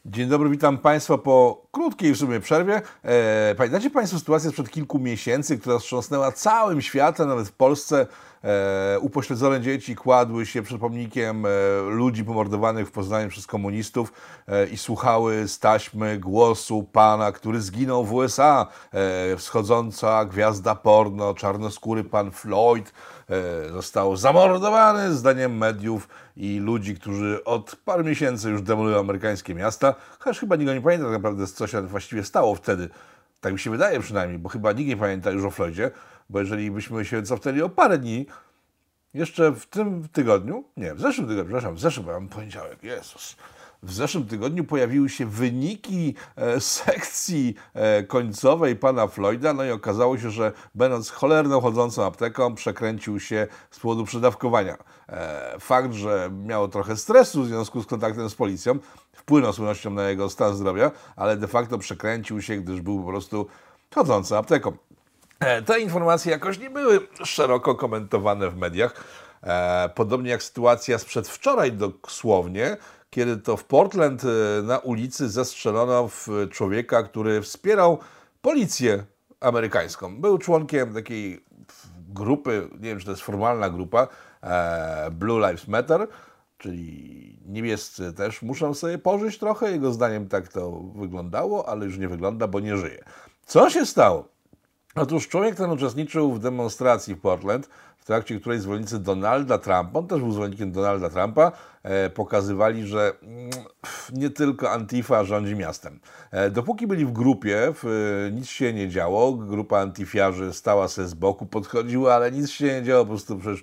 Dzień dobry, witam Państwa po krótkiej w sumie przerwie. Pamiętacie Państwo sytuację sprzed kilku miesięcy, która wstrząsnęła całym światem, nawet w Polsce? Upośledzone dzieci kładły się przed pomnikiem ludzi pomordowanych w Poznaniu przez komunistów i słuchały z taśmy głosu pana, który zginął w USA. Wschodząca gwiazda porno, czarnoskóry pan Floyd został zamordowany, zdaniem mediów i ludzi, którzy od paru miesięcy już demolują amerykańskie miasta. Chociaż chyba nikt nie pamięta tak naprawdę, co się właściwie stało wtedy. Tak mi się wydaje przynajmniej, bo chyba nikt nie pamięta już o Floydzie, bo jeżeli byśmy się cofnęli o parę dni, jeszcze w tym tygodniu, nie, w zeszłym tygodniu, przepraszam, w zeszłym, mam poniedziałek, Jezus. W zeszłym tygodniu pojawiły się wyniki sekcji końcowej pana Floyda, no i okazało się, że będąc cholerną chodzącą apteką, przekręcił się z powodu przedawkowania. Fakt, że miał trochę stresu w związku z kontaktem z policją, wpłynął z pewnością na jego stan zdrowia, ale de facto przekręcił się, gdyż był po prostu chodzącą apteką. Te informacje jakoś nie były szeroko komentowane w mediach, podobnie jak sytuacja sprzed wczoraj dosłownie, kiedy to w Portland na ulicy zastrzelono w człowieka, który wspierał policję amerykańską. Był członkiem takiej grupy, nie wiem, czy to jest formalna grupa, Blue Lives Matter, czyli niebiescy też muszą sobie pożyć trochę. Jego zdaniem tak to wyglądało, ale już nie wygląda, bo nie żyje. Co się stało? Otóż człowiek ten uczestniczył w demonstracji w Portland, w trakcie której zwolennicy Donalda Trumpa, on też był zwolennikiem Donalda Trumpa, pokazywali, że nie tylko Antifa rządzi miastem. Dopóki byli w grupie, nic się nie działo, grupa antifiarzy stała sobie z boku, podchodziła, ale nic się nie działo, po prostu przecież...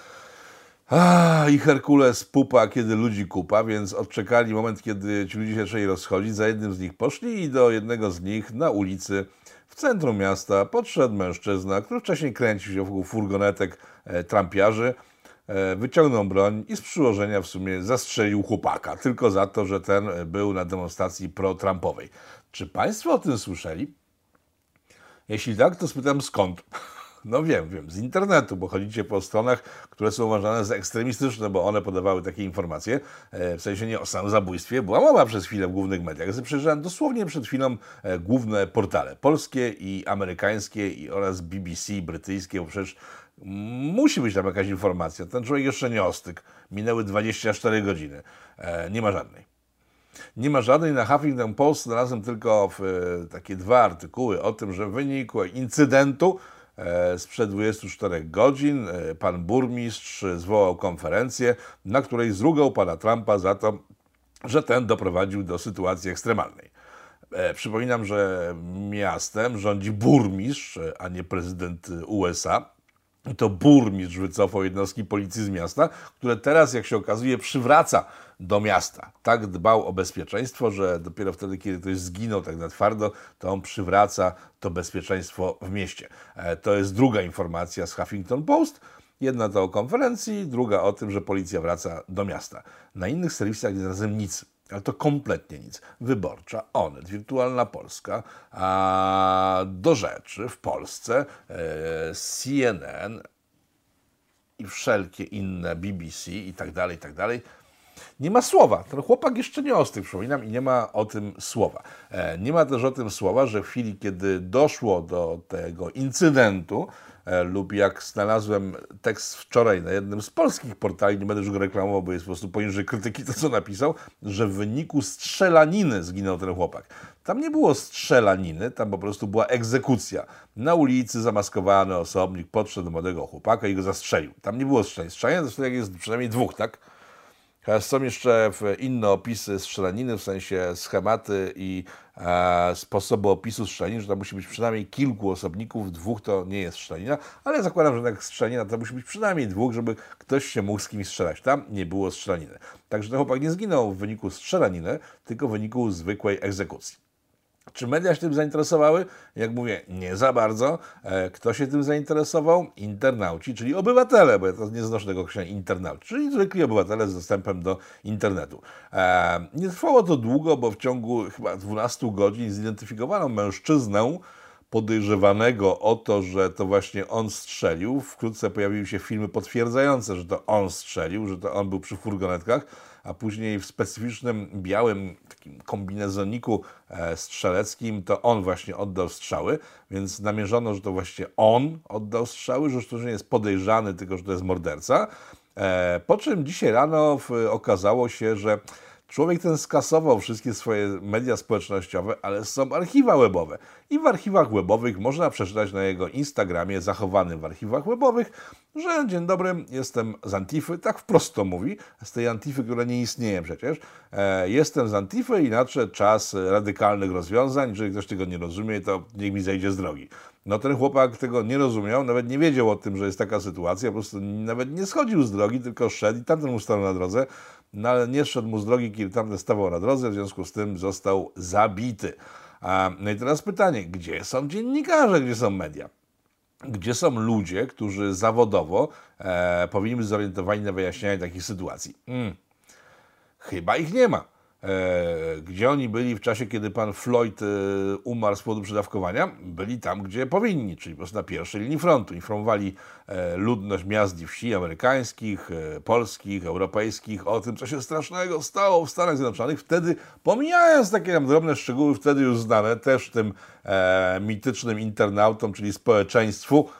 I Herkules pupa, kiedy ludzi kupa, więc odczekali moment, kiedy ci ludzie się zaczęli rozchodzić, za jednym z nich poszli i do jednego z nich na ulicy w centrum miasta podszedł mężczyzna, który wcześniej kręcił się wokół furgonetek trampiarzy, wyciągnął broń i z przyłożenia w sumie zastrzelił chłopaka, tylko za to, że ten był na demonstracji pro-trumpowej. Czy Państwo o tym słyszeli? Jeśli tak, to spytam skąd? No wiem, z internetu, bo chodzicie po stronach, które są uważane za ekstremistyczne, bo one podawały takie informacje, w sensie nie o samym zabójstwie. Była mowa przez chwilę w głównych mediach. Ja przejrzałem dosłownie przed chwilą główne portale polskie i amerykańskie oraz BBC brytyjskie, bo przecież musi być tam jakaś informacja. Ten człowiek jeszcze nie ostygł. Minęły 24 godziny. Nie ma żadnej. Nie ma żadnej. Na Huffington Post znalazłem tylko takie dwa artykuły o tym, że w wyniku incydentu sprzed 24 godzin pan burmistrz zwołał konferencję, na której zrugał pana Trumpa za to, że ten doprowadził do sytuacji ekstremalnej. Przypominam, że miastem rządzi burmistrz, a nie prezydent USA. To burmistrz wycofał jednostki policji z miasta, które teraz, jak się okazuje, przywraca do miasta. Tak dbał o bezpieczeństwo, że dopiero wtedy, kiedy ktoś zginął tak na twardo, to on przywraca to bezpieczeństwo w mieście. To jest druga informacja z Huffington Post. Jedna to o konferencji, druga o tym, że policja wraca do miasta. Na innych serwisach nie znalazłem nic. Ale to kompletnie nic. Wyborcza, Onet, Wirtualna Polska, a do rzeczy w Polsce CNN i wszelkie inne BBC i tak dalej. Nie ma słowa. Ten chłopak jeszcze nie ostygł, przypominam, i nie ma o tym słowa. Nie ma też o tym słowa, że w chwili, kiedy doszło do tego incydentu, lub jak znalazłem tekst wczoraj na jednym z polskich portali, nie będę już go reklamował, bo jest po prostu poniżej krytyki to, co napisał, że w wyniku strzelaniny zginął ten chłopak. Tam nie było strzelaniny, tam po prostu była egzekucja. Na ulicy zamaskowany osobnik podszedł do młodego chłopaka i go zastrzelił. Tam nie było strzelania. Strzelania to jest przynajmniej dwóch, tak? Są jeszcze inne opisy strzelaniny, w sensie schematy i sposoby opisu strzelaniny, że tam musi być przynajmniej kilku osobników, dwóch to nie jest strzelanina, ale zakładam, że tak strzelanina to musi być przynajmniej dwóch, żeby ktoś się mógł z kimś strzelać. Tam nie było strzelaniny. Także ten chłopak nie zginął w wyniku strzelaniny, tylko w wyniku zwykłej egzekucji. Czy media się tym zainteresowały? Jak mówię, nie za bardzo. Kto się tym zainteresował? Internauci, czyli obywatele, bo ja to nie znoszę tego określenia internauci, czyli zwykli obywatele z dostępem do internetu. Nie trwało to długo, bo w ciągu chyba 12 godzin zidentyfikowano mężczyznę podejrzewanego o to, że to właśnie on strzelił. Wkrótce pojawiły się filmy potwierdzające, że to on strzelił, że to on był przy furgonetkach, a później w specyficznym białym takim kombinezoniku strzeleckim to on właśnie oddał strzały, więc namierzono, że to właśnie on oddał strzały, że już to nie jest podejrzany, tylko że to jest morderca. Po czym dzisiaj rano okazało się, że człowiek ten skasował wszystkie swoje media społecznościowe, ale są archiwa webowe. I w archiwach webowych można przeczytać na jego Instagramie, zachowanym w archiwach webowych, że dzień dobry, jestem z Antify, tak wprost to mówi, z tej Antify, która nie istnieje przecież. Jestem z Antify i nadszedł czas radykalnych rozwiązań. Jeżeli ktoś tego nie rozumie, to niech mi zejdzie z drogi. No ten chłopak tego nie rozumiał, nawet nie wiedział o tym, że jest taka sytuacja, po prostu nawet nie schodził z drogi, tylko szedł i tamten mu stanął na drodze, no ale nie szedł mu z drogi, kiedy tamten stawał na drodze, w związku z tym został zabity. No i teraz pytanie, gdzie są dziennikarze, gdzie są media? Gdzie są ludzie, którzy zawodowo powinni być zorientowani na wyjaśnianie takich sytuacji? Chyba ich nie ma. Gdzie oni byli w czasie, kiedy pan Floyd umarł z powodu przedawkowania? Byli tam, gdzie powinni, czyli po prostu na pierwszej linii frontu. Informowali ludność miast i wsi amerykańskich, polskich, europejskich o tym, co się strasznego stało w Stanach Zjednoczonych. Wtedy, pomijając takie tam drobne szczegóły, wtedy już znane też tym mitycznym internautom, czyli społeczeństwu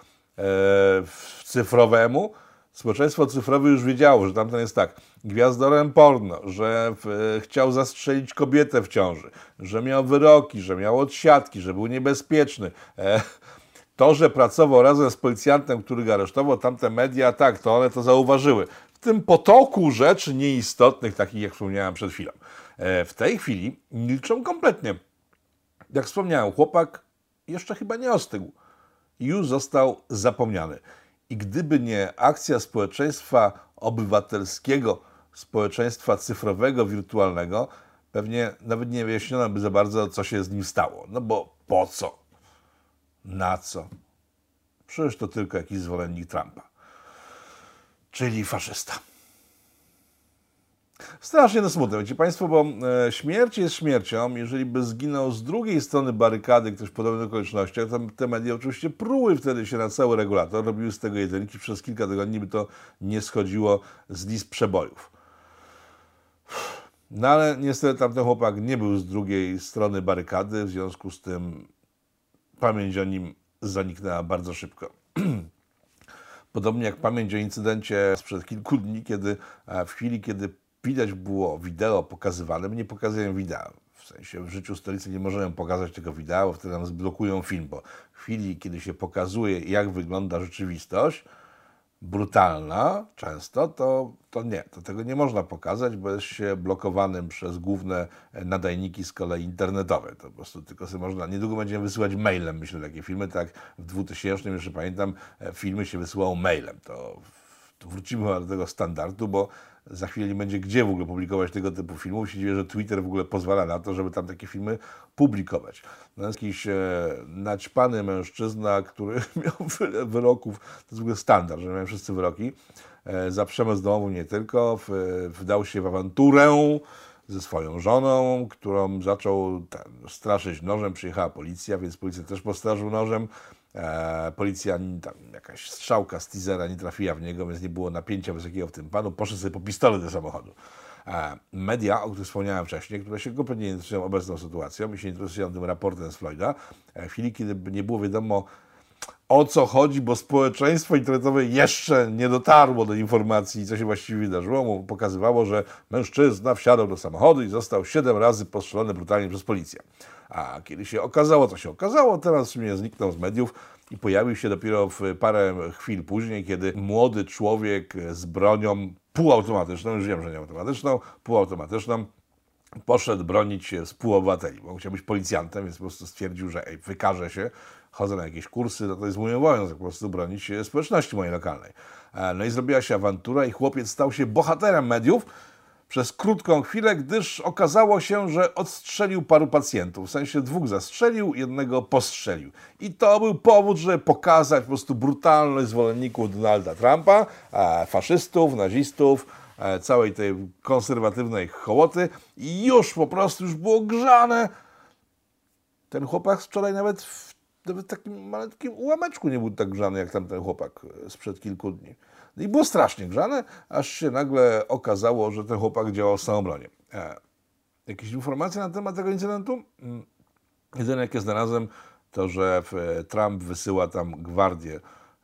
cyfrowemu, społeczeństwo cyfrowe już wiedziało, że tamten jest tak, gwiazdorem porno, że chciał zastrzelić kobietę w ciąży, że miał wyroki, że miał odsiadki, że był niebezpieczny. To, że pracował razem z policjantem, który go aresztował, tamte media, tak, to one to zauważyły. W tym potoku rzeczy nieistotnych, takich jak wspomniałem przed chwilą. W tej chwili milczą kompletnie. Jak wspomniałem, chłopak jeszcze chyba nie ostygł. Już został zapomniany. I gdyby nie akcja społeczeństwa obywatelskiego, społeczeństwa cyfrowego, wirtualnego, pewnie nawet nie wyjaśniono by za bardzo, co się z nim stało. No bo po co? Na co? Przecież to tylko jakiś zwolennik Trumpa. Czyli faszysta. Strasznie to smutne, wiecie Państwo, bo śmierć jest śmiercią. Jeżeli by zginął z drugiej strony barykady ktoś w podobnych okolicznościach, to te media oczywiście pruły wtedy się na cały regulator, robiły z tego jedynki, przez kilka tygodni by to nie schodziło z list przebojów. No ale niestety tamten chłopak nie był z drugiej strony barykady, w związku z tym pamięć o nim zaniknęła bardzo szybko. Podobnie jak pamięć o incydencie sprzed kilku dni, kiedy w chwili, kiedy widać było wideo pokazywane, my nie pokazują wideo. W sensie w życiu stolicy nie możemy pokazać tego wideo, wtedy nam zblokują film, bo w chwili, kiedy się pokazuje, jak wygląda rzeczywistość, brutalna często, to nie, to tego nie można pokazać, bo jest się blokowanym przez główne nadajniki z kolei internetowe. To po prostu tylko sobie można, niedługo będziemy wysyłać mailem, myślę, takie filmy, tak w 2000, jeszcze pamiętam, filmy się wysyłało mailem. To wrócimy do tego standardu, bo za chwilę nie będzie gdzie w ogóle publikować tego typu filmów. Się dziwię, że Twitter w ogóle pozwala na to, żeby tam takie filmy publikować. No jest jakiś naćpany mężczyzna, który miał wyroków, to jest w ogóle standard, że mają wszyscy wyroki, za przemoc domową nie tylko, wdał się w awanturę ze swoją żoną, którą zaczął straszyć nożem, przyjechała policja, więc policja też postraszył nożem. Policja, tam jakaś strzałka z teasera nie trafiła w niego, więc nie było napięcia wysokiego w tym panu. Poszedł sobie po pistolet do samochodu. Media, o których wspomniałem wcześniej, które się kompletnie nie interesują obecną sytuacją i się interesują tym raportem z Floyda, w chwili, kiedy nie było wiadomo, o co chodzi, bo społeczeństwo internetowe jeszcze nie dotarło do informacji, co się właściwie wydarzyło, pokazywało, że mężczyzna wsiadał do samochodu i został 7 razy postrzelony brutalnie przez policję. A kiedy się okazało, co się okazało, teraz w sumie zniknął z mediów i pojawił się dopiero w parę chwil później, kiedy młody człowiek z bronią półautomatyczną, już wiem, że nie automatyczną, półautomatyczną, poszedł bronić się współobywateli, bo chciał być policjantem, więc po prostu stwierdził, że wykaże się, chodzę na jakieś kursy, no to jest mój obowiązek po prostu bronić społeczności mojej lokalnej. No i zrobiła się awantura i chłopiec stał się bohaterem mediów przez krótką chwilę, gdyż okazało się, że odstrzelił paru pacjentów. W sensie 2 zastrzelił, 1 postrzelił. I to był powód, żeby pokazać po prostu brutalność zwolenników Donalda Trumpa, faszystów, nazistów, całej tej konserwatywnej hołoty. I już po prostu już było grzane. Ten chłopak wczoraj nawet w nawet w takim malutkim ułameczku nie był tak grzany, jak tamten chłopak sprzed kilku dni. I było strasznie grzane, aż się nagle okazało, że ten chłopak działał w samobronie. Jakieś informacje na temat tego incydentu? Jedyne, jakie znalazłem, to że Trump wysyła tam gwardię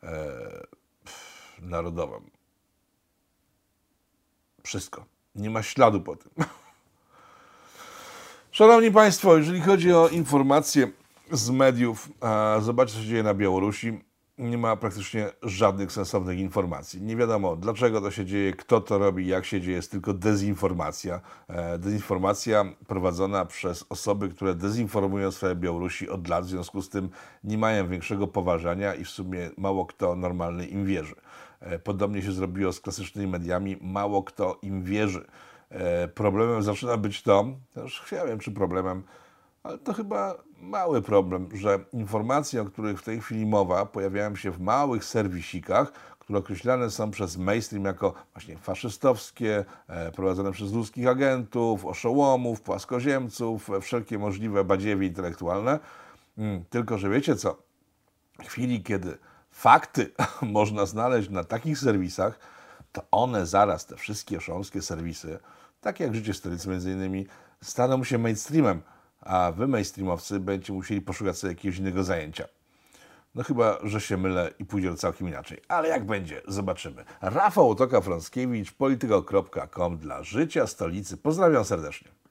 narodową. Wszystko. Nie ma śladu po tym. Szanowni Państwo, jeżeli chodzi o informacje z mediów, zobaczcie, co się dzieje na Białorusi. Nie ma praktycznie żadnych sensownych informacji. Nie wiadomo, dlaczego to się dzieje, kto to robi, jak się dzieje. Jest tylko dezinformacja. Dezinformacja prowadzona przez osoby, które dezinformują swoje Białorusi od lat. W związku z tym nie mają większego poważania i w sumie mało kto normalny im wierzy. Podobnie się zrobiło z klasycznymi mediami. Mało kto im wierzy. Problemem zaczyna być to, też ja wiem, czy problemem, ale to chyba mały problem, że informacje, o których w tej chwili mowa, pojawiają się w małych serwisikach, które określane są przez mainstream jako właśnie faszystowskie, prowadzone przez ruskich agentów, oszołomów, płaskoziemców, wszelkie możliwe badziewie intelektualne. Tylko że wiecie co? W chwili, kiedy fakty można znaleźć na takich serwisach, to one zaraz, te wszystkie oszołomskie serwisy, takie jak Życie Stolicy między innymi, staną się mainstreamem, a wy mainstreamowcy będziecie musieli poszukać sobie jakiegoś innego zajęcia. No chyba, że się mylę i pójdzie to całkiem inaczej. Ale jak będzie, zobaczymy. Rafał Otoka-Frąckiewicz, polityko.com dla Życia Stolicy. Pozdrawiam serdecznie.